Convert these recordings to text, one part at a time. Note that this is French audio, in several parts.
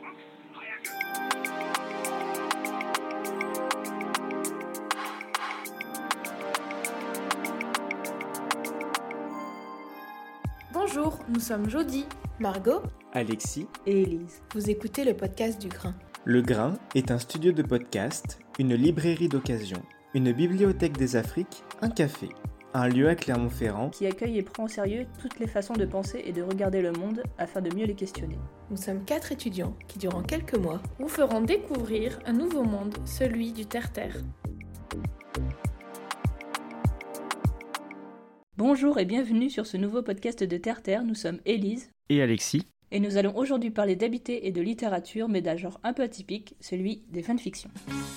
Bonjour, nous sommes Jody, Margot, Alexis et Élise. Vous écoutez le podcast du Grain. Le Grain est un studio de podcast, une librairie d'occasion, une bibliothèque des Afriques, un café, un lieu à Clermont-Ferrand qui accueille et prend au sérieux toutes les façons de penser et de regarder le monde afin de mieux les questionner. Nous sommes 4 étudiants qui, durant quelques mois, vous feront découvrir un nouveau monde, celui du terre-terre. Bonjour et bienvenue sur ce nouveau podcast de Terre-Terre. Nous sommes Élise et Alexis. Et nous allons aujourd'hui parler d'habité et de littérature, mais d'un genre un peu atypique, celui des fanfictions.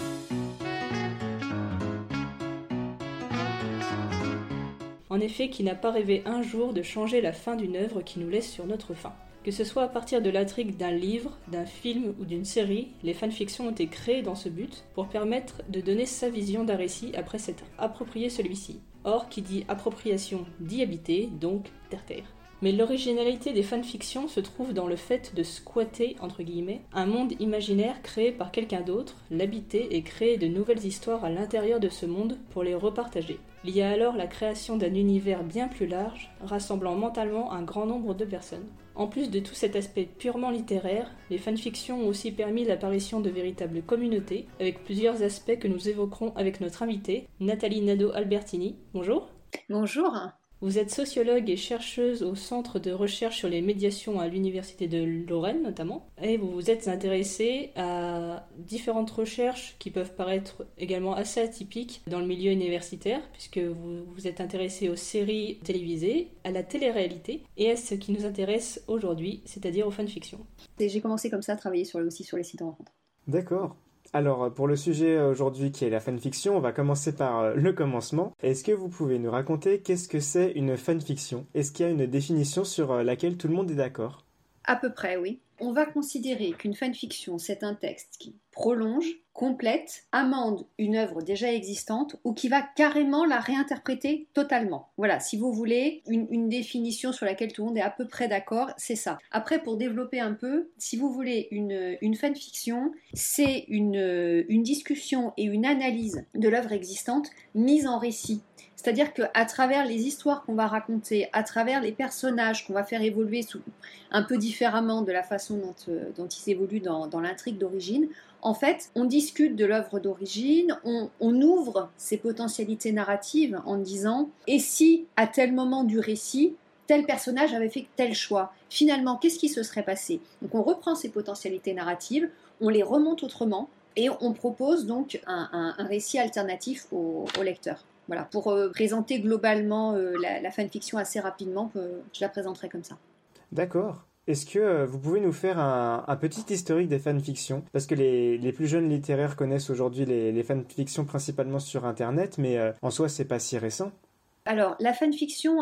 En effet, qui n'a pas rêvé un jour de changer la fin d'une œuvre qui nous laisse sur notre faim. Que ce soit à partir de l'intrigue d'un livre, d'un film ou d'une série, les fanfictions ont été créées dans ce but pour permettre de donner sa vision d'un récit après s'être approprié celui-ci. Or, qui dit appropriation dit habiter, donc terre-terre. Mais l'originalité des fanfictions se trouve dans le fait de squatter, entre guillemets, un monde imaginaire créé par quelqu'un d'autre, l'habiter et créer de nouvelles histoires à l'intérieur de ce monde pour les repartager. Il y a alors la création d'un univers bien plus large, rassemblant mentalement un grand nombre de personnes. En plus de tout cet aspect purement littéraire, les fanfictions ont aussi permis l'apparition de véritables communautés, avec plusieurs aspects que nous évoquerons avec notre invitée, Nathalie Nadeau-Albertini. Bonjour. Bonjour. Vous êtes sociologue et chercheuse au Centre de recherche sur les médiations à l'Université de Lorraine notamment, et vous vous êtes intéressée à différentes recherches qui peuvent paraître également assez atypiques dans le milieu universitaire, puisque vous vous êtes intéressée aux séries télévisées, à la télé-réalité, et à ce qui nous intéresse aujourd'hui, c'est-à-dire aux fanfictions. Et j'ai commencé comme ça à travailler aussi sur les sites de rencontres. D'accord. Alors, pour le sujet aujourd'hui qui est la fanfiction, on va commencer par le commencement. Est-ce que vous pouvez nous raconter qu'est-ce que c'est une fanfiction ? Est-ce qu'il y a une définition sur laquelle tout le monde est d'accord ? À peu près, oui. On va considérer qu'une fanfiction, c'est un texte qui prolonge, complète, amende une œuvre déjà existante ou qui va carrément la réinterpréter totalement. Voilà, si vous voulez, une définition sur laquelle tout le monde est à peu près d'accord, c'est ça. Après, pour développer un peu, si vous voulez, une fanfiction, c'est une discussion et une analyse de l'œuvre existante mise en récit. C'est-à-dire qu'à travers les histoires qu'on va raconter, à travers les personnages qu'on va faire évoluer un peu différemment de la façon dont ils évoluent dans l'intrigue d'origine, en fait, on discute de l'œuvre d'origine, on ouvre ses potentialités narratives en disant « et si, à tel moment du récit, tel personnage avait fait tel choix, finalement, qu'est-ce qui se serait passé ?» Donc on reprend ces potentialités narratives, on les remonte autrement et on propose donc un récit alternatif au lecteur. Voilà, pour présenter globalement la fanfiction assez rapidement, je la présenterai comme ça. D'accord. Est-ce que vous pouvez nous faire un petit historique des fanfictions ? Parce que les plus jeunes littéraires connaissent aujourd'hui les fanfictions principalement sur Internet, mais en soi, c'est pas si récent. Alors, la fanfiction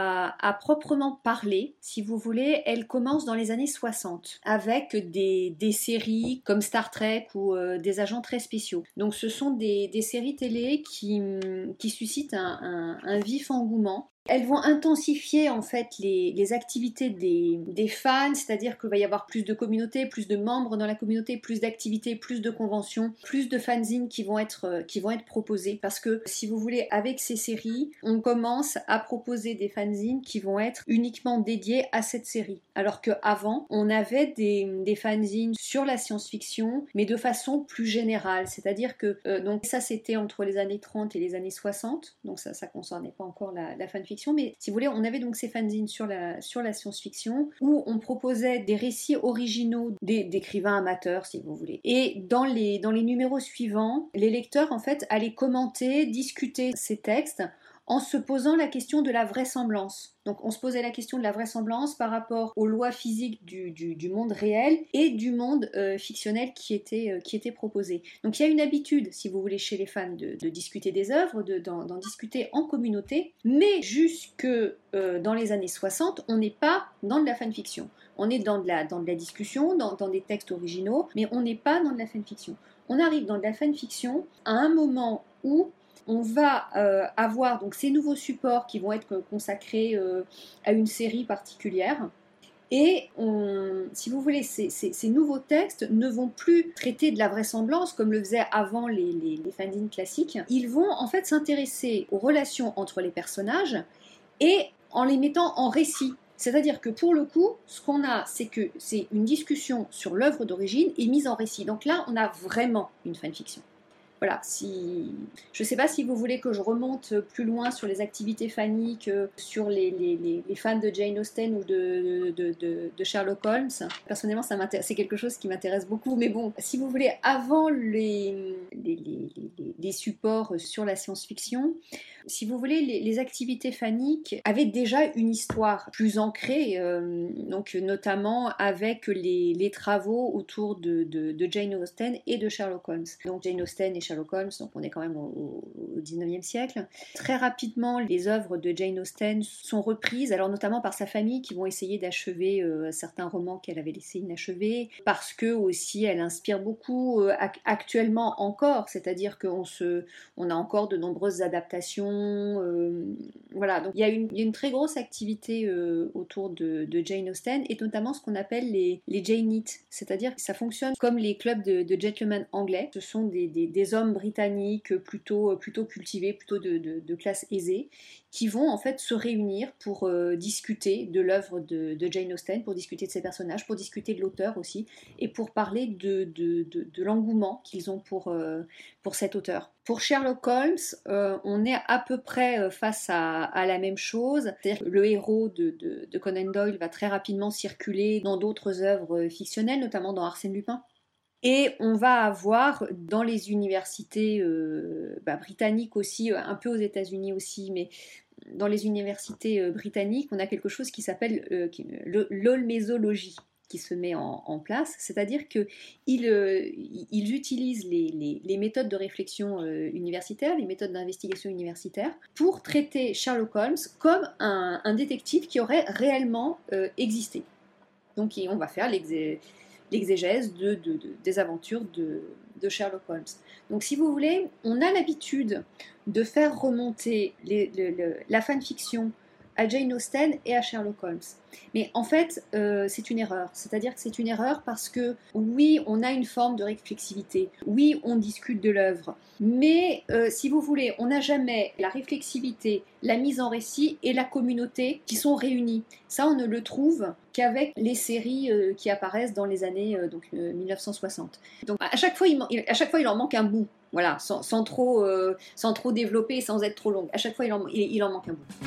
à proprement parler, si vous voulez, elle commence dans les années 60 avec des séries comme Star Trek ou des agents très spéciaux. Donc, ce sont des séries télé qui suscitent un vif engouement. Elles vont intensifier en fait les activités des fans, c'est-à-dire qu'il va y avoir plus de communautés, plus de membres dans la communauté, plus d'activités, plus de conventions, plus de fanzines qui vont être proposées. Parce que si vous voulez, avec ces séries, on commence à proposer des fanzines qui vont être uniquement dédiées à cette série. Alors qu'avant, on avait des fanzines sur la science-fiction, mais de façon plus générale. C'est-à-dire que donc ça c'était entre les années 30 et les années 60, donc ça concernait pas encore la fanfiction. Mais si vous voulez, on avait donc ces fanzines sur la science-fiction où on proposait des récits originaux d'écrivains amateurs, si vous voulez. Et dans les numéros suivants, les lecteurs en fait allaient commenter, discuter ces textes en se posant la question de la vraisemblance. Donc on se posait la question de la vraisemblance par rapport aux lois physiques du monde réel et du monde fictionnel qui était proposé. Donc il y a une habitude, si vous voulez, chez les fans de discuter des œuvres, d'en discuter en communauté, mais jusque dans les années 60, on n'est pas dans de la fanfiction. On est dans de la discussion, dans des textes originaux, mais on n'est pas dans de la fanfiction. On arrive dans de la fanfiction à un moment où on va avoir donc ces nouveaux supports qui vont être consacrés à une série particulière Et si vous voulez, ces nouveaux textes ne vont plus traiter de la vraisemblance comme le faisaient avant les fanzines classiques. Ils vont en fait s'intéresser aux relations entre les personnages et en les mettant en récit. C'est-à-dire que pour le coup, ce qu'on a, c'est que c'est une discussion sur l'œuvre d'origine et mise en récit. Donc là, on a vraiment une fanfiction. Voilà, je ne sais pas si vous voulez que je remonte plus loin sur les activités faniques, sur les fans de Jane Austen ou de Sherlock Holmes. Personnellement, c'est quelque chose qui m'intéresse beaucoup. Mais bon, si vous voulez, avant les supports sur la science-fiction, si vous voulez, les activités faniques avaient déjà une histoire plus ancrée, donc notamment avec les travaux autour de Jane Austen et de Sherlock Holmes. Donc Jane Austen et Sherlock Holmes, donc on est quand même au 19e siècle. Très rapidement, les œuvres de Jane Austen sont reprises, alors notamment par sa famille qui vont essayer d'achever certains romans qu'elle avait laissés inachevés, parce que aussi elle inspire beaucoup actuellement encore, c'est-à-dire qu'on a encore de nombreuses adaptations. Voilà, donc il y a une très grosse activité autour de Jane Austen et notamment ce qu'on appelle les Janeites, c'est-à-dire que ça fonctionne comme les clubs de gentlemen anglais. Ce sont des hommes britanniques plutôt cultivés, plutôt de classe aisée, qui vont en fait se réunir pour discuter de l'œuvre de Jane Austen, pour discuter de ses personnages, pour discuter de l'auteur aussi, et pour parler de l'engouement qu'ils ont pour cet auteur. Pour Sherlock Holmes, on est à peu près face à la même chose, c'est-à-dire que le héros de Conan Doyle va très rapidement circuler dans d'autres œuvres fictionnelles, notamment dans Arsène Lupin. Et on va avoir dans les universités britanniques aussi, un peu aux États-Unis aussi, mais dans les universités britanniques, on a quelque chose qui s'appelle l'olmésologie qui se met en place, c'est-à-dire qu'ils utilisent les méthodes de réflexion universitaire, les méthodes d'investigation universitaire, pour traiter Sherlock Holmes comme un détective qui aurait réellement existé. Donc on va faire l'exégèse des aventures de Sherlock Holmes. Donc si vous voulez, on a l'habitude de faire remonter la fanfiction à Jane Austen et à Sherlock Holmes. Mais en fait, c'est une erreur. C'est-à-dire que c'est une erreur parce que, oui, on a une forme de réflexivité. Oui, on discute de l'œuvre. Mais, si vous voulez, on n'a jamais la réflexivité, la mise en récit et la communauté qui sont réunies. Ça, on ne le trouve qu'avec les séries qui apparaissent dans les années 1960. Donc, à chaque fois, il en manque un bout. Voilà, sans trop développer, sans être trop longue. À chaque fois, il en manque un bout.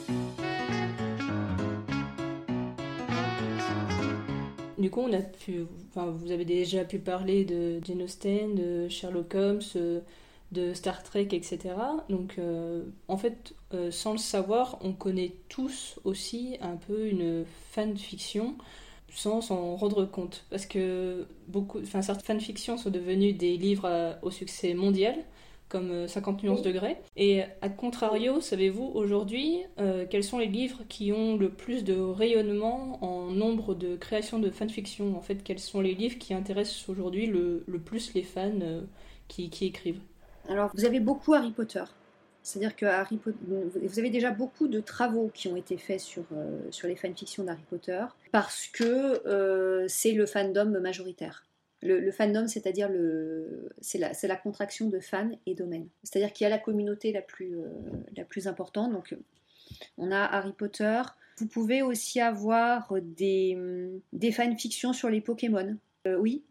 Du coup, vous avez déjà pu parler de Jane Austen, de Sherlock Holmes, de Star Trek, etc. Donc, en fait, sans le savoir, on connaît tous aussi un peu une fanfiction sans s'en rendre compte. Parce que certaines fanfictions sont devenues des livres au succès mondial, comme 50 nuances de Grey. Et à contrario, savez-vous aujourd'hui quels sont les livres qui ont le plus de rayonnement en nombre de créations de fanfiction? En fait, quels sont les livres qui intéressent aujourd'hui le plus les fans qui écrivent? Alors, vous avez beaucoup Harry Potter. C'est-à-dire que vous avez déjà beaucoup de travaux qui ont été faits sur les fanfictions d'Harry Potter parce que c'est le fandom majoritaire. Le fandom, c'est-à-dire c'est la contraction de fan et domaine. C'est-à-dire qu'il y a la communauté la plus importante. Donc, on a Harry Potter. Vous pouvez aussi avoir des fanfictions sur les Pokémon. Oui.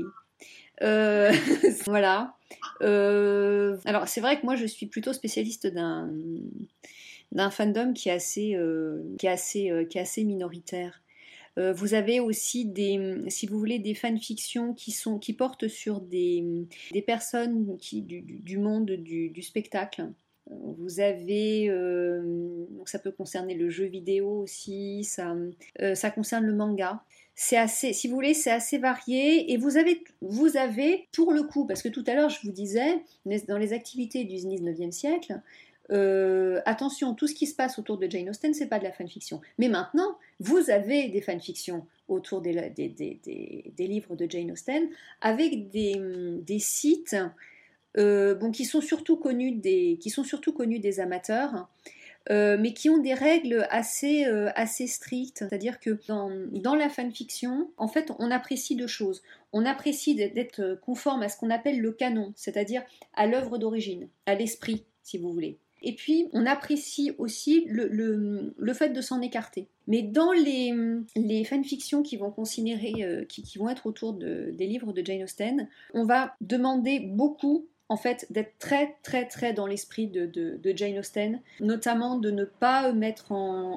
Voilà. Alors, c'est vrai que moi, je suis plutôt spécialiste d'un fandom qui est assez minoritaire. Vous avez aussi si vous voulez, des fanfictions qui portent sur des personnes du monde du spectacle. Vous avez, donc ça peut concerner le jeu vidéo aussi, ça concerne le manga. C'est assez, si vous voulez, c'est assez varié. Et vous avez, pour le coup, parce que tout à l'heure je vous disais, dans les activités du 19e siècle, attention, tout ce qui se passe autour de Jane Austen, c'est pas de la fanfiction. Mais maintenant, vous avez des fanfictions autour des livres de Jane Austen, avec des sites qui sont surtout connus des amateurs, mais qui ont des règles assez strictes. C'est-à-dire que dans la fanfiction, en fait, on apprécie deux choses. On apprécie d'être conforme à ce qu'on appelle le canon, c'est-à-dire à l'œuvre d'origine, à l'esprit, si vous voulez. Et puis, on apprécie aussi le fait de s'en écarter. Mais dans les fanfictions qui vont qui vont être autour des livres de Jane Austen, on va demander beaucoup, en fait, d'être très, très, très dans l'esprit de Jane Austen, notamment de ne pas mettre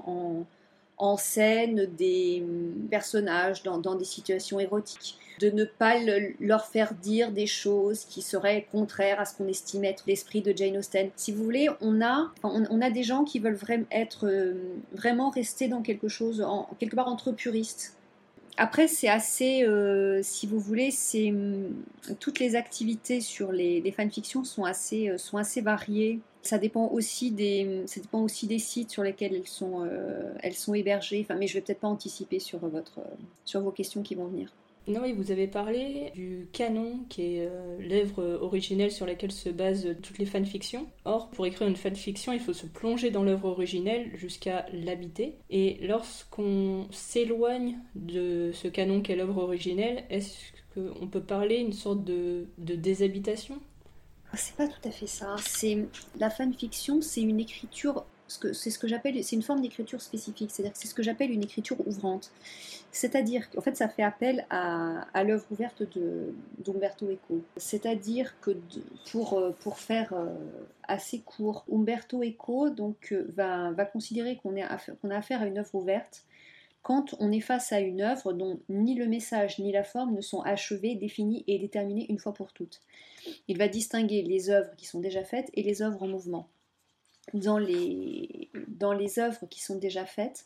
en scène des personnages dans des situations érotiques, de ne pas leur faire dire des choses qui seraient contraires à ce qu'on estime être l'esprit de Jane Austen. Si vous voulez, on a des gens qui veulent vraiment rester dans quelque chose, quelque part entre puristes. Après, c'est assez, si vous voulez, toutes les activités sur les fanfictions sont assez variées. Ça dépend aussi des sites sur lesquels elles sont hébergées. Enfin, mais je vais peut-être pas anticiper sur vos questions qui vont venir. Non, et vous avez parlé du canon, qui est l'œuvre originelle sur laquelle se basent toutes les fanfictions. Or, pour écrire une fanfiction, il faut se plonger dans l'œuvre originelle jusqu'à l'habiter. Et lorsqu'on s'éloigne de ce canon qu'est l'œuvre originelle, est-ce qu'on peut parler d'une sorte de déshabitation ? C'est pas tout à fait ça. La fanfiction, c'est une écriture... c'est une forme d'écriture spécifique, c'est-à-dire que c'est ce que j'appelle une écriture ouvrante. C'est-à-dire qu'en fait, ça fait appel à l'œuvre ouverte d'Umberto Eco. C'est-à-dire que pour faire assez court, Umberto Eco donc, va considérer qu'on a affaire à une œuvre ouverte quand on est face à une œuvre dont ni le message ni la forme ne sont achevés, définis et déterminés une fois pour toutes. Il va distinguer les œuvres qui sont déjà faites et les œuvres en mouvement. Dans les œuvres qui sont déjà faites,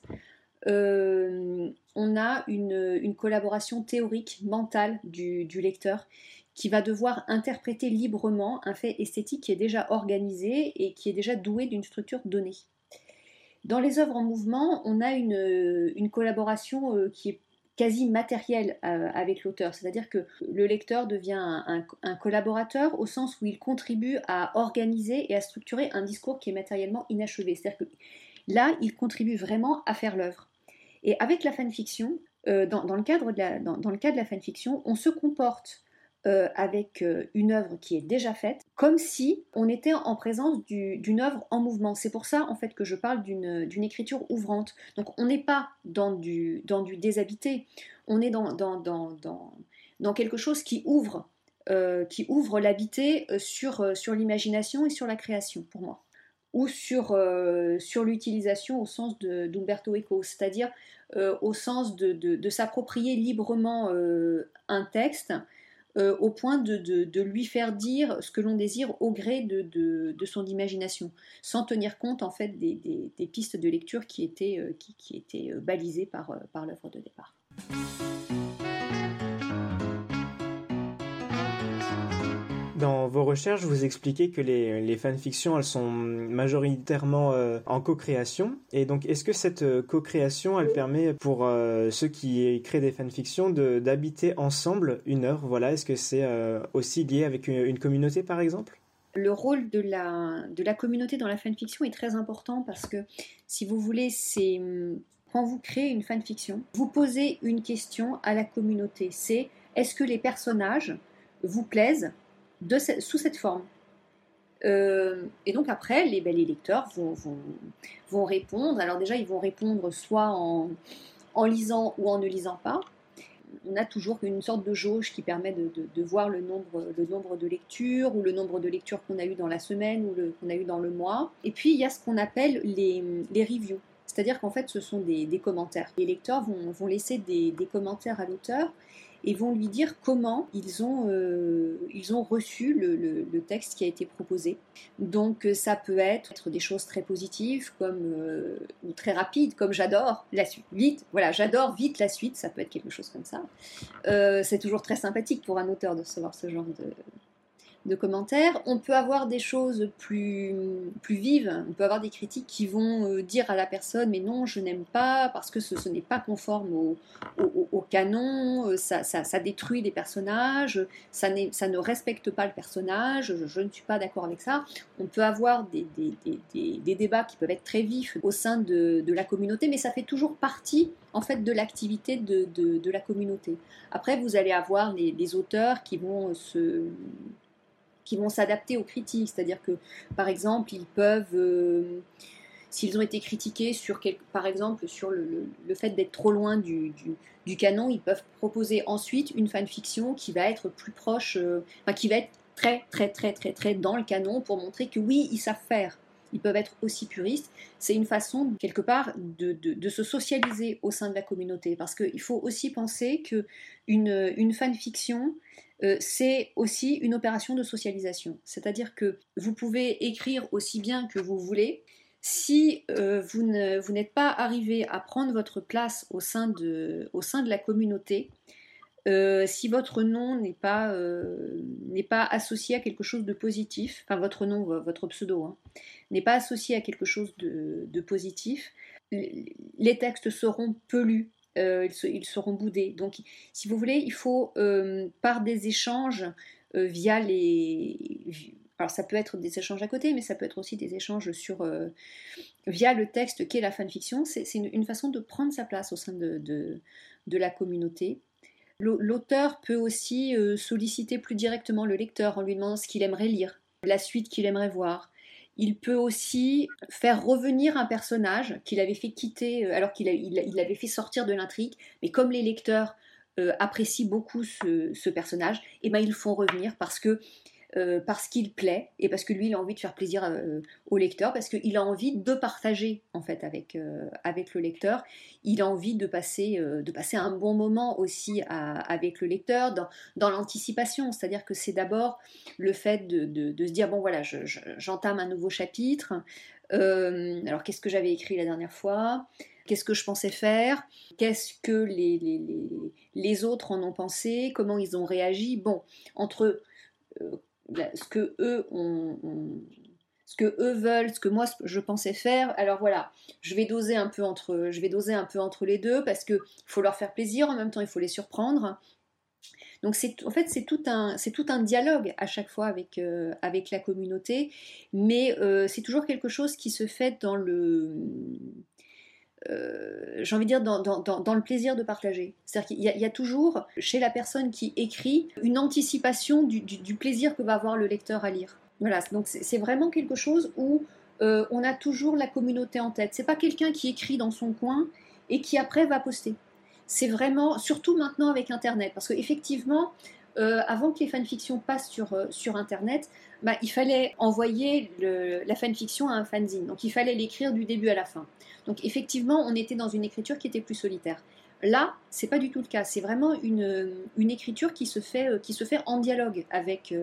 on a une collaboration théorique, mentale du lecteur qui va devoir interpréter librement un fait esthétique qui est déjà organisé et qui est déjà doué d'une structure donnée. Dans les œuvres en mouvement, on a une collaboration qui est quasi matérielle avec l'auteur, c'est-à-dire que le lecteur devient un collaborateur au sens où il contribue à organiser et à structurer un discours qui est matériellement inachevé. C'est-à-dire que là, il contribue vraiment à faire l'œuvre. Et avec la fanfiction, dans le cadre de la fanfiction, on se comporte avec une œuvre qui est déjà faite, comme si on était en présence d'une œuvre en mouvement. C'est pour ça en fait que je parle d'une écriture ouvrante. Donc on n'est pas dans du déshabité, on est dans quelque chose qui ouvre l'habité sur l'imagination et sur la création, pour moi. Ou sur l'utilisation au sens d'Umberto Eco, c'est-à-dire au sens de s'approprier librement un texte, au point de lui faire dire ce que l'on désire au gré de son imagination, sans tenir compte en fait des pistes de lecture qui étaient balisées par l'œuvre de départ. Dans vos recherches, vous expliquez que les fanfictions, elles sont majoritairement en co-création. Et donc, est-ce que cette co-création, elle permet pour ceux qui créent des fanfictions d'habiter ensemble une œuvre ? Voilà, est-ce que c'est aussi lié avec une communauté, par exemple ? Le rôle de la communauté dans la fanfiction est très important parce que, si vous voulez, c'est quand vous créez une fanfiction, vous posez une question à la communauté. C'est est-ce que les personnages vous plaisent sous cette forme. Et donc après, les lecteurs vont répondre. Alors déjà, ils vont répondre soit en lisant ou en ne lisant pas. On a toujours une sorte de jauge qui permet de voir le nombre de lectures ou le nombre de lectures qu'on a eu dans la semaine ou qu'on a eu dans le mois. Et puis, il y a ce qu'on appelle les reviews. C'est-à-dire qu'en fait, ce sont des commentaires. Les lecteurs vont laisser des commentaires à l'auteur et vont lui dire comment ils ont reçu le texte qui a été proposé. Donc ça peut être des choses très positives ou très rapides, comme j'adore la suite, vite, voilà, j'adore vite la suite, ça peut être quelque chose comme ça. C'est toujours très sympathique pour un auteur de recevoir ce genre de commentaires. On peut avoir des choses plus vives, on peut avoir des critiques qui vont dire à la personne mais non, je n'aime pas parce que ce n'est pas conforme au canon, ça détruit les personnages, ça ne respecte pas le personnage, je ne suis pas d'accord avec ça. On peut avoir des débats qui peuvent être très vifs au sein de la communauté, mais ça fait toujours partie en fait de l'activité de la communauté. Après, vous allez avoir les auteurs qui vont s'adapter aux critiques, c'est-à-dire que, par exemple, ils peuvent, s'ils ont été critiqués par exemple sur le fait d'être trop loin du canon, ils peuvent proposer ensuite une fanfiction qui va être plus proche, qui va être très, très, très, très, très dans le canon pour montrer que oui, ils savent faire. Ils peuvent être aussi puristes. C'est une façon, quelque part, de se socialiser au sein de la communauté. Parce qu'il faut aussi penser qu'une fanfiction, c'est aussi une opération de socialisation. C'est-à-dire que vous pouvez écrire aussi bien que vous voulez. Si vous n'êtes pas arrivé à prendre votre place au sein de la communauté, si votre nom n'est pas associé à quelque chose de positif, enfin votre nom, votre pseudo, n'est pas associé à quelque chose de positif, les textes seront peu lus, ils seront boudés. Donc, si vous voulez, il faut, par des échanges via alors ça peut être des échanges à côté, mais ça peut être aussi des échanges via le texte qu'est la fanfiction. C'est une façon de prendre sa place au sein de la communauté. L'auteur peut aussi solliciter plus directement le lecteur en lui demandant ce qu'il aimerait lire, la suite qu'il aimerait voir. Il peut aussi faire revenir un personnage qu'il avait fait quitter, alors qu'il l'avait fait sortir de l'intrigue, mais comme les lecteurs apprécient beaucoup ce personnage, et ben ils le font revenir parce qu'il plaît et parce que lui il a envie de faire plaisir au lecteur, parce qu'il a envie de partager en fait avec le lecteur. Il a envie de passer un bon moment aussi avec le lecteur dans l'anticipation, c'est-à-dire que c'est d'abord le fait de se dire bon voilà, j'entame un nouveau chapitre, alors qu'est-ce que j'avais écrit la dernière fois, qu'est-ce que je pensais faire, qu'est-ce que les autres en ont pensé, comment ils ont réagi, bon, entre ce que eux veulent, ce que moi je pensais faire. Alors voilà, je vais doser un peu entre les deux parce que faut leur faire plaisir, en même temps il faut les surprendre. Donc en fait c'est tout un dialogue à chaque fois avec la communauté, mais c'est toujours quelque chose qui se fait dans j'ai envie de dire dans le plaisir de partager. C'est-à-dire qu'il y a toujours chez la personne qui écrit une anticipation du plaisir que va avoir le lecteur à lire. Voilà, donc c'est vraiment quelque chose où on a toujours la communauté en tête. C'est pas quelqu'un qui écrit dans son coin et qui après va poster. C'est vraiment, surtout maintenant avec Internet, parce qu'effectivement, avant que les fanfictions passent sur Internet, il fallait envoyer la fanfiction à un fanzine. Donc il fallait l'écrire du début à la fin. Donc effectivement, on était dans une écriture qui était plus solitaire. Là, c'est pas du tout le cas. C'est vraiment une écriture qui se fait en dialogue avec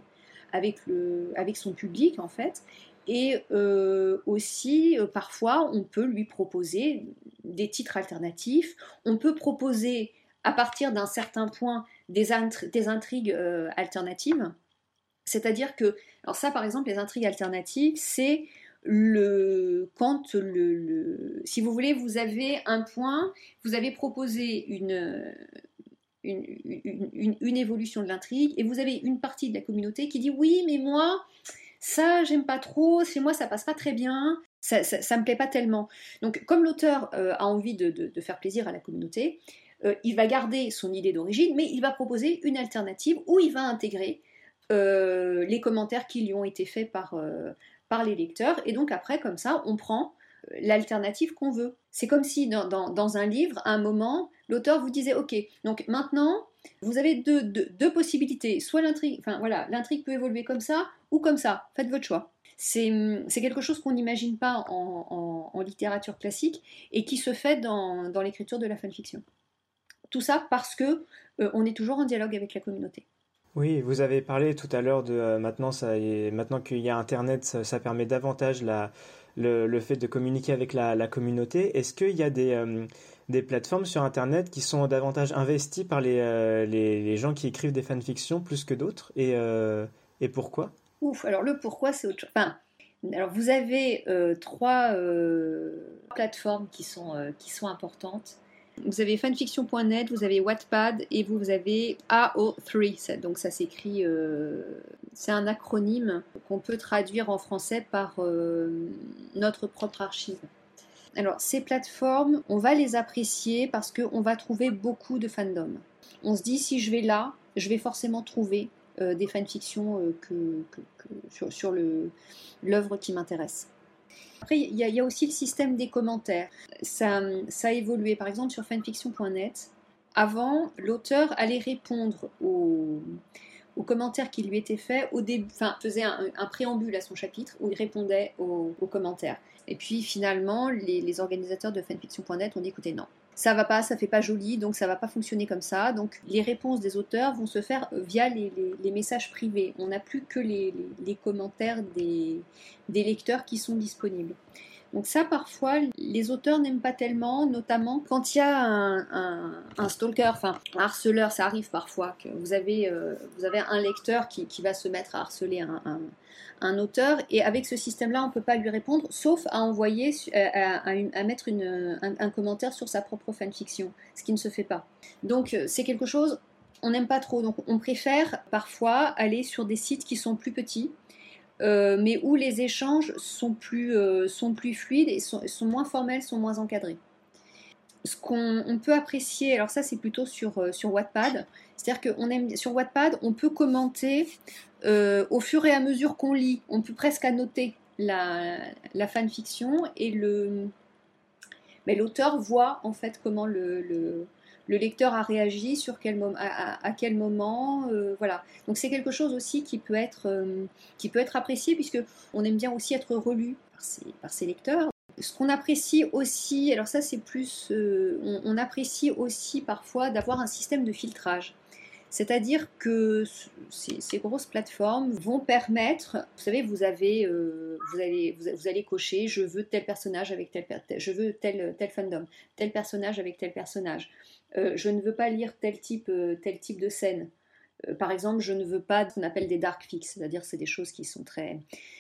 son public en fait. Et aussi, parfois, on peut lui proposer des titres alternatifs. On peut proposer, à partir d'un certain point, des intrigues alternatives. C'est-à-dire que, alors ça par exemple, les intrigues alternatives, c'est quand si vous voulez, vous avez un point, vous avez proposé une évolution de l'intrigue, et vous avez une partie de la communauté qui dit oui, mais moi, ça, j'aime pas trop, chez moi, ça passe pas très bien, ça me plaît pas tellement. Donc, comme l'auteur a envie de faire plaisir à la communauté, il va garder son idée d'origine, mais il va proposer une alternative où il va intégrer les commentaires qui lui ont été faits par les lecteurs, et donc après, comme ça, on prend l'alternative qu'on veut. C'est comme si dans un livre, à un moment, l'auteur vous disait ok, donc maintenant, vous avez deux possibilités, soit l'intrigue peut évoluer comme ça ou comme ça, faites votre choix. C'est quelque chose qu'on n'imagine pas en littérature classique et qui se fait dans l'écriture de la fanfiction. Tout ça parce que on est toujours en dialogue avec la communauté. Oui, vous avez parlé tout à l'heure de maintenant qu'il y a Internet, ça permet davantage le fait de communiquer avec la communauté. Est-ce qu'il y a des plateformes sur Internet qui sont davantage investies par les gens qui écrivent des fanfictions plus que d'autres? Et Et pourquoi? Ouf, alors le pourquoi, c'est autre chose. Enfin, alors vous avez trois plateformes qui sont importantes. Vous avez fanfiction.net, vous avez Wattpad et vous avez AO3. Donc ça s'écrit, c'est un acronyme qu'on peut traduire en français par notre propre archive. Alors ces plateformes, on va les apprécier parce qu'on va trouver beaucoup de fandom. On se dit si je vais là, je vais forcément trouver des fanfictions sur l'œuvre qui m'intéresse. Après, il y a aussi le système des commentaires. Ça a évolué. Par exemple, sur fanfiction.net, avant, l'auteur allait répondre aux commentaires qui lui étaient faits au début, enfin, faisait un préambule à son chapitre où il répondait aux commentaires. Et puis finalement, les organisateurs de fanfiction.net ont dit écoutez, non, ça va pas, ça fait pas joli, donc ça va pas fonctionner comme ça. Donc les réponses des auteurs vont se faire via les messages privés. On n'a plus que les commentaires des lecteurs qui sont disponibles. Donc ça, parfois, les auteurs n'aiment pas tellement, notamment quand il y a un stalker, enfin un harceleur, ça arrive parfois, que vous avez un lecteur qui va se mettre à harceler un auteur, et avec ce système-là, on ne peut pas lui répondre, sauf à envoyer, à mettre un commentaire sur sa propre fanfiction, ce qui ne se fait pas. Donc c'est quelque chose, on n'aime pas trop, donc on préfère parfois aller sur des sites qui sont plus petits, mais où les échanges sont plus fluides et sont moins formels, sont moins encadrés. Ce qu'on peut apprécier, alors ça c'est plutôt sur Wattpad, c'est-à-dire que sur Wattpad, on peut commenter au fur et à mesure qu'on lit, on peut presque annoter la fanfiction, et l'auteur voit en fait comment le lecteur a réagi, sur quel à quel moment, voilà. Donc c'est quelque chose aussi qui peut être apprécié, puisque on aime bien aussi être relu par ses lecteurs. Ce qu'on apprécie aussi, alors ça c'est plus, on apprécie aussi parfois d'avoir un système de filtrage. C'est-à-dire que ces grosses plateformes vont permettre, vous savez, vous allez cocher, je veux tel personnage avec je veux tel fandom, tel personnage avec tel personnage. Je ne veux pas lire tel type de scène. Par exemple, je ne veux pas ce qu'on appelle des dark fics, c'est-à-dire c'est des choses qui sont très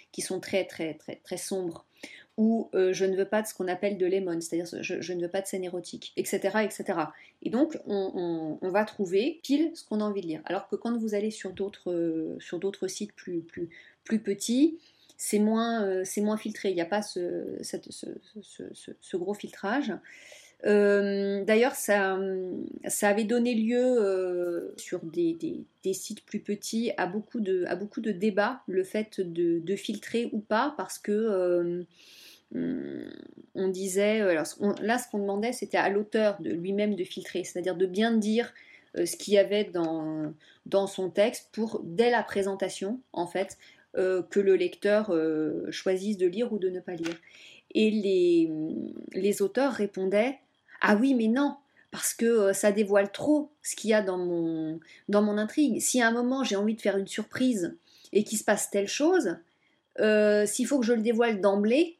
sombres. Ou je ne veux pas de ce qu'on appelle de lemon, c'est-à-dire je ne veux pas de scène érotique, etc. etc. Et donc on va trouver pile ce qu'on a envie de lire. Alors que quand vous allez sur d'autres sites plus petits, c'est moins filtré, il n'y a pas ce gros filtrage. D'ailleurs, ça avait donné lieu sur des sites plus petits à beaucoup de débats, le fait de filtrer ou pas, parce que on disait, là ce qu'on demandait, c'était à l'auteur de lui-même de filtrer, c'est-à-dire de bien dire ce qu'il y avait dans son texte pour, dès la présentation, en fait, que le lecteur choisisse de lire ou de ne pas lire. Et les auteurs répondaient ah oui, mais non, parce que ça dévoile trop ce qu'il y a dans mon intrigue. Si à un moment j'ai envie de faire une surprise et qu'il se passe telle chose, s'il faut que je le dévoile d'emblée,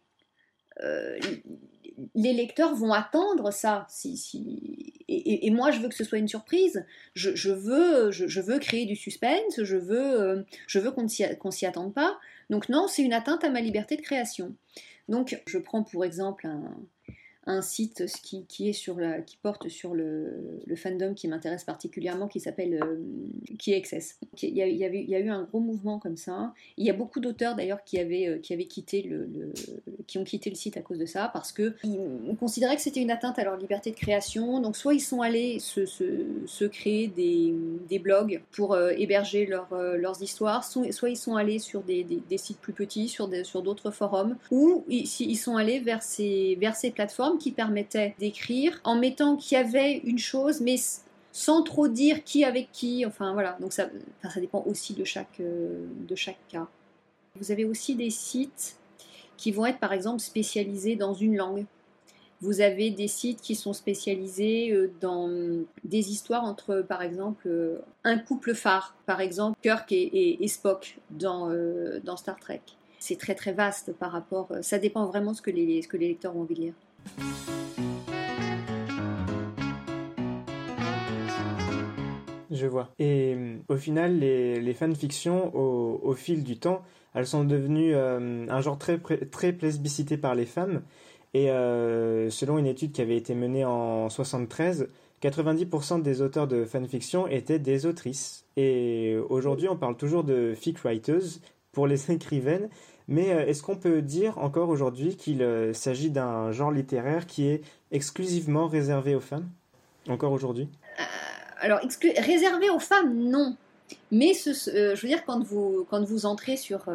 les lecteurs vont attendre ça. Et moi, je veux que ce soit une surprise. Je veux créer du suspense. Je veux qu'on s'y attende pas. Donc non, c'est une atteinte à ma liberté de création. Donc, je prends pour exemple un site qui porte sur le fandom qui m'intéresse particulièrement, qui s'appelle KXS. Il y a eu un gros mouvement comme ça. Il y a beaucoup d'auteurs d'ailleurs qui ont quitté le site à cause de ça, parce qu'ils considéraient que c'était une atteinte à leur liberté de création. Donc soit ils sont allés se créer des blogs pour héberger leurs histoires, soit ils sont allés sur des sites plus petits, sur d'autres forums, ou ils sont allés vers ces plateformes qui permettaient d'écrire en mettant qu'il y avait une chose, mais sans trop dire qui avec qui, enfin voilà. Donc ça dépend aussi de chaque cas. Vous avez aussi des sites qui vont être par exemple spécialisés dans une langue. Vous avez des sites qui sont spécialisés dans des histoires entre, par exemple, un couple phare, par exemple Kirk et Spock dans Star Trek. C'est très très vaste par rapport, ça dépend vraiment de ce que les lecteurs ont envie de lire. Je je vois. Et au final, les fanfictions, au fil du temps, elles sont devenues un genre très plébiscité par les femmes. Et selon une étude qui avait été menée en 73, 90% des auteurs de fanfiction étaient des autrices. Et aujourd'hui, on parle toujours de fic writers pour les écrivaines. Mais est-ce qu'on peut dire encore aujourd'hui qu'il s'agit d'un genre littéraire qui est exclusivement réservé aux femmes? Encore aujourd'hui? Alors, réservé aux femmes, non. Mais je veux dire, quand vous entrez sur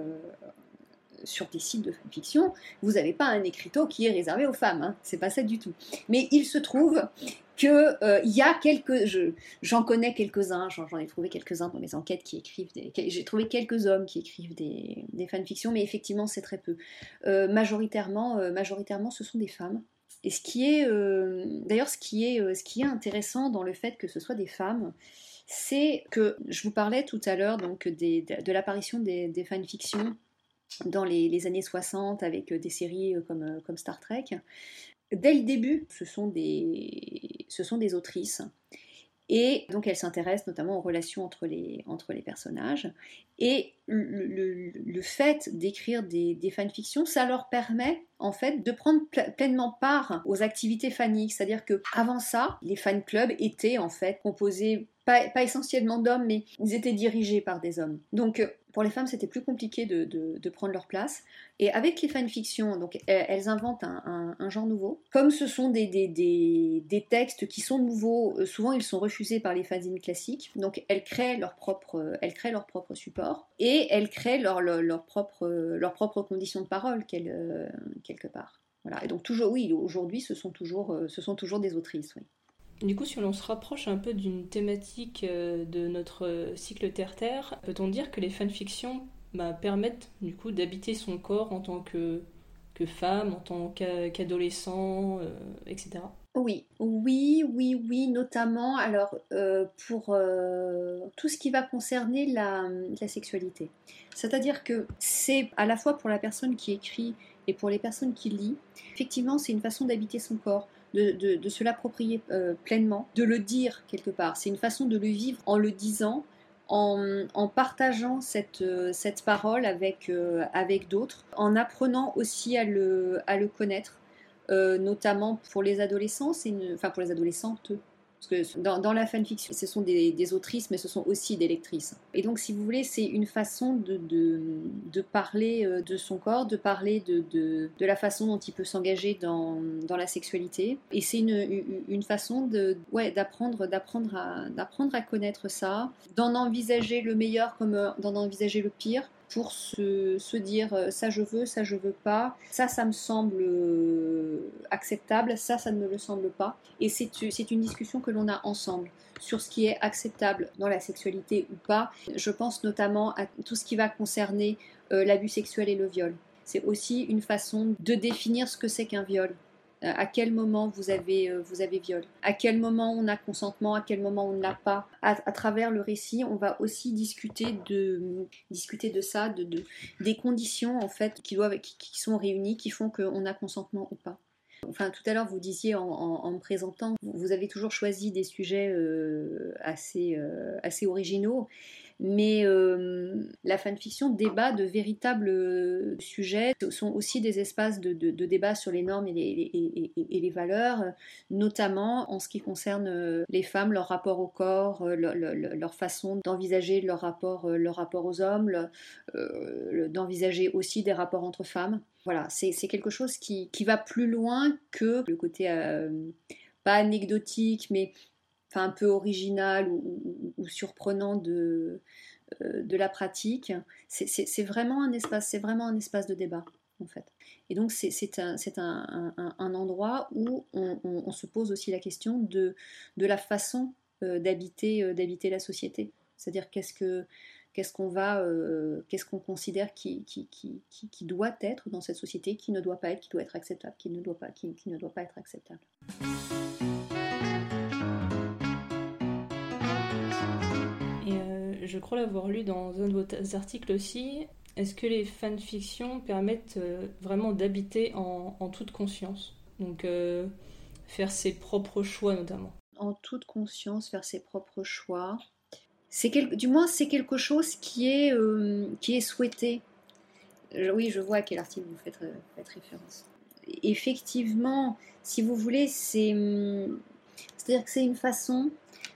des sites de fanfiction, vous n'avez pas un écriteau qui est réservé aux femmes, hein. C'est pas ça du tout. Mais il se trouve que y a j'en connais quelques-uns, j'en ai trouvé quelques-uns dans mes enquêtes qui écrivent j'ai trouvé quelques hommes qui écrivent des fanfictions, mais effectivement c'est très peu. Majoritairement, ce sont des femmes. Et ce qui est intéressant dans le fait que ce soit des femmes, c'est que je vous parlais tout à l'heure donc de l'apparition des fanfictions dans les années 60 avec des séries comme Star Trek. Dès le début, ce sont des autrices. Et donc elles s'intéressent notamment aux relations entre les personnages. Et le fait d'écrire des fanfictions, ça leur permet en fait de prendre pleinement part aux activités faniques. C'est-à-dire qu'avant ça, les fan clubs étaient en fait composés pas essentiellement d'hommes, mais ils étaient dirigés par des hommes. Donc pour les femmes, c'était plus compliqué de prendre leur place. Et avec les fanfictions, donc elles inventent un genre nouveau. Comme ce sont des textes qui sont nouveaux, souvent ils sont refusés par les fanzines classiques. Donc elles créent leur propre support et elles créent leurs propres conditions de parole quelque part. Voilà. Et donc toujours, oui, aujourd'hui, ce sont toujours des autrices, oui. Du coup, si l'on se rapproche un peu d'une thématique de notre cycle Terre-Terre, peut-on dire que les fanfictions permettent du coup d'habiter son corps en tant que femme, en tant qu'adolescent, etc. Oui, notamment alors pour tout ce qui va concerner la sexualité. C'est-à-dire que c'est à la fois pour la personne qui écrit et pour les personnes qui lisent, effectivement, c'est une façon d'habiter son corps. De se l'approprier pleinement, de le dire quelque part. C'est une façon de le vivre en le disant, en partageant cette parole avec d'autres, en apprenant aussi à le connaître, notamment pour les adolescents, pour les adolescentes. Parce que dans la fanfiction, ce sont des autrices, mais ce sont aussi des lectrices. Et donc, si vous voulez, c'est une façon de parler de son corps, de parler de la façon dont il peut s'engager dans la sexualité. Et c'est une façon d'apprendre à connaître ça, d'en envisager le meilleur comme d'en envisager le pire, pour se dire ça je veux pas, ça me semble acceptable, ça ne me le semble pas. Et c'est une discussion que l'on a ensemble sur ce qui est acceptable dans la sexualité ou pas. Je pense notamment à tout ce qui va concerner l'abus sexuel et le viol. C'est aussi une façon de définir ce que c'est qu'un viol. À quel moment vous avez viol, à quel moment on a consentement, à quel moment on ne l'a pas. À travers le récit, on va aussi discuter de ça, des conditions en fait qui sont réunies, qui font qu'on a consentement ou pas. Enfin, tout à l'heure, vous disiez en me présentant, vous avez toujours choisi des sujets assez originaux. Mais la fanfiction débat de véritables sujets. Ce sont aussi des espaces de débat sur les normes et les valeurs, notamment en ce qui concerne les femmes, leur rapport au corps, leur façon d'envisager leur rapport aux hommes, d'envisager aussi des rapports entre femmes. Voilà, c'est quelque chose qui va plus loin que le côté pas anecdotique, mais un peu original ou surprenant de la pratique. C'est vraiment un espace de débat en fait. Et donc c'est un endroit où on se pose aussi la question de la façon d'habiter la société. C'est-à-dire qu'est-ce qu'on considère qui doit être dans cette société, qui ne doit pas être, qui doit être acceptable, qui ne doit pas être acceptable. Je crois l'avoir lu dans un de vos articles aussi. Est-ce que les fanfictions permettent vraiment d'habiter en toute conscience ? Donc faire ses propres choix notamment. en toute conscience, faire ses propres choix. Du moins, c'est quelque chose qui est souhaité. Oui, je vois à quel article vous faites référence. Effectivement, si vous voulez, c'est-à-dire que c'est une façon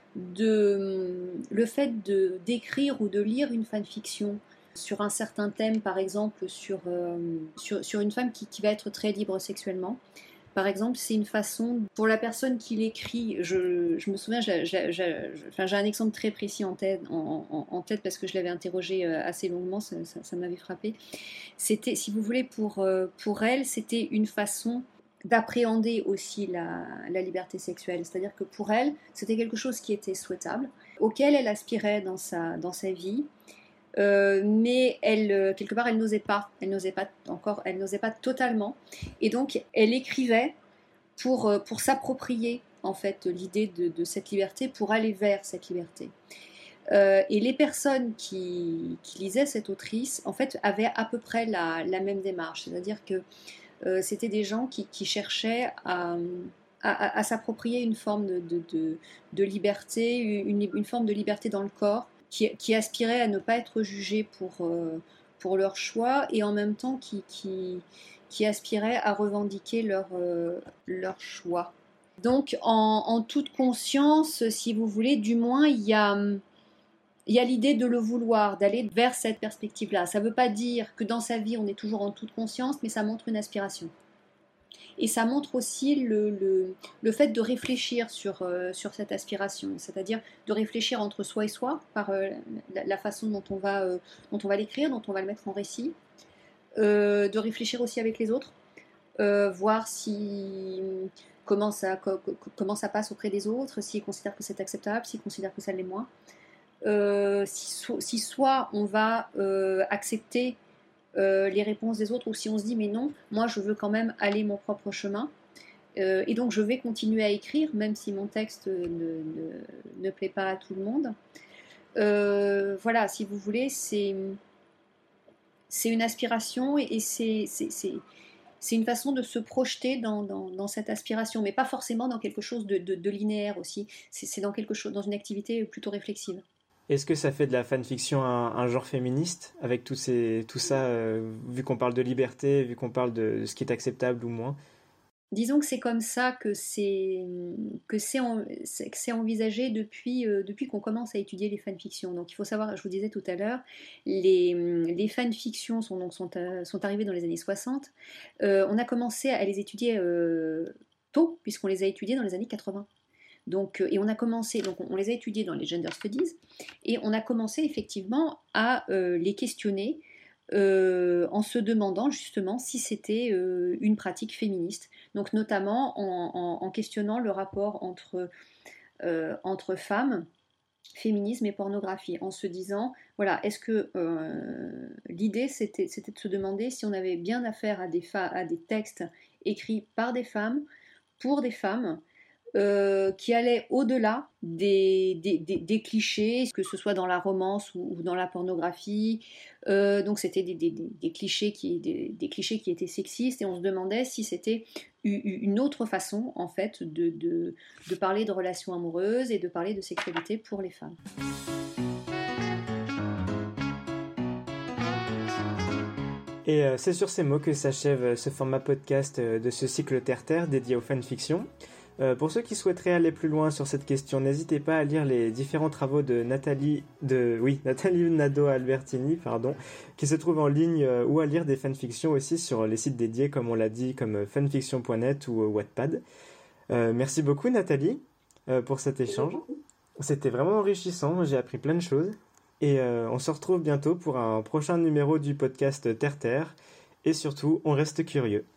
le fait d'écrire ou de lire une fanfiction sur un certain thème, par exemple sur une femme qui va être très libre sexuellement. Par exemple, c'est une façon, pour la personne qui l'écrit, je me souviens, j'ai un exemple très précis en tête parce que je l'avais interrogée assez longuement, ça m'avait frappé. C'était, si vous voulez, pour elle, c'était une façon d'appréhender aussi la liberté sexuelle. C'est-à-dire que pour elle, c'était quelque chose qui était souhaitable, auquel elle aspirait dans sa vie. Mais elle, quelque part, elle n'osait pas totalement, et donc elle écrivait pour s'approprier en fait l'idée de cette liberté, pour aller vers cette liberté. Et les personnes qui lisaient cette autrice, en fait, avaient à peu près la même démarche, c'est-à-dire que c'était des gens qui cherchaient à s'approprier une forme de liberté, une forme de liberté dans le corps, qui aspiraient à ne pas être jugés pour leur choix, et en même temps qui aspiraient à revendiquer leur choix. Donc en toute conscience, si vous voulez, du moins il y a l'idée de le vouloir, d'aller vers cette perspective-là. Ça ne veut pas dire que dans sa vie on est toujours en toute conscience, mais ça montre une aspiration. Et ça montre aussi le fait de réfléchir sur cette aspiration, c'est-à-dire de réfléchir entre soi et soi, par la façon dont on va l'écrire, dont on va le mettre en récit, de réfléchir aussi avec les autres, voir comment ça passe auprès des autres, s'ils considèrent que c'est acceptable, s'ils considèrent que ça l'est moins. Si soit on va accepter les réponses des autres, ou si on se dit mais non, moi je veux quand même aller mon propre chemin, et donc je vais continuer à écrire même si mon texte ne plaît pas à tout le monde. Voilà, si vous voulez, c'est une aspiration, et c'est une façon de se projeter dans cette aspiration, mais pas forcément dans quelque chose de linéaire aussi, c'est dans une activité plutôt réflexive. Est-ce que ça fait de la fanfiction un genre féministe, avec tout ça, vu qu'on parle de liberté, vu qu'on parle de ce qui est acceptable ou moins? Disons que c'est comme ça que c'est envisagé depuis qu'on commence à étudier les fanfictions. Donc il faut savoir, je vous disais tout à l'heure, les fanfictions sont arrivées dans les années 60. On a commencé à les étudier tôt, puisqu'on les a étudiées dans les années 80. Donc, et on les a étudiés dans les Gender Studies, et on a commencé effectivement à les questionner en se demandant justement si c'était une pratique féministe. Donc notamment en questionnant le rapport entre femmes, féminisme et pornographie, en se disant, voilà, est-ce que l'idée c'était de se demander si on avait bien affaire à des textes écrits par des femmes, pour des femmes, qui allait au-delà des clichés, que ce soit dans la romance ou dans la pornographie. Donc c'était des clichés qui étaient sexistes, et on se demandait si c'était une autre façon en fait de parler de relations amoureuses et de parler de sexualité pour les femmes. Et c'est sur ces mots que s'achève ce format podcast de ce cycle Terre-Terre dédié aux fanfictions. Pour ceux qui souhaiteraient aller plus loin sur cette question, n'hésitez pas à lire les différents travaux de Nathalie Nadeau-Albertini, qui se trouvent en ligne, ou à lire des fanfictions aussi sur les sites dédiés, comme on l'a dit, comme fanfiction.net ou Wattpad. Merci beaucoup Nathalie pour cet échange. C'était vraiment enrichissant, j'ai appris plein de choses. Et on se retrouve bientôt pour un prochain numéro du podcast Terre-Terre. Et surtout, on reste curieux.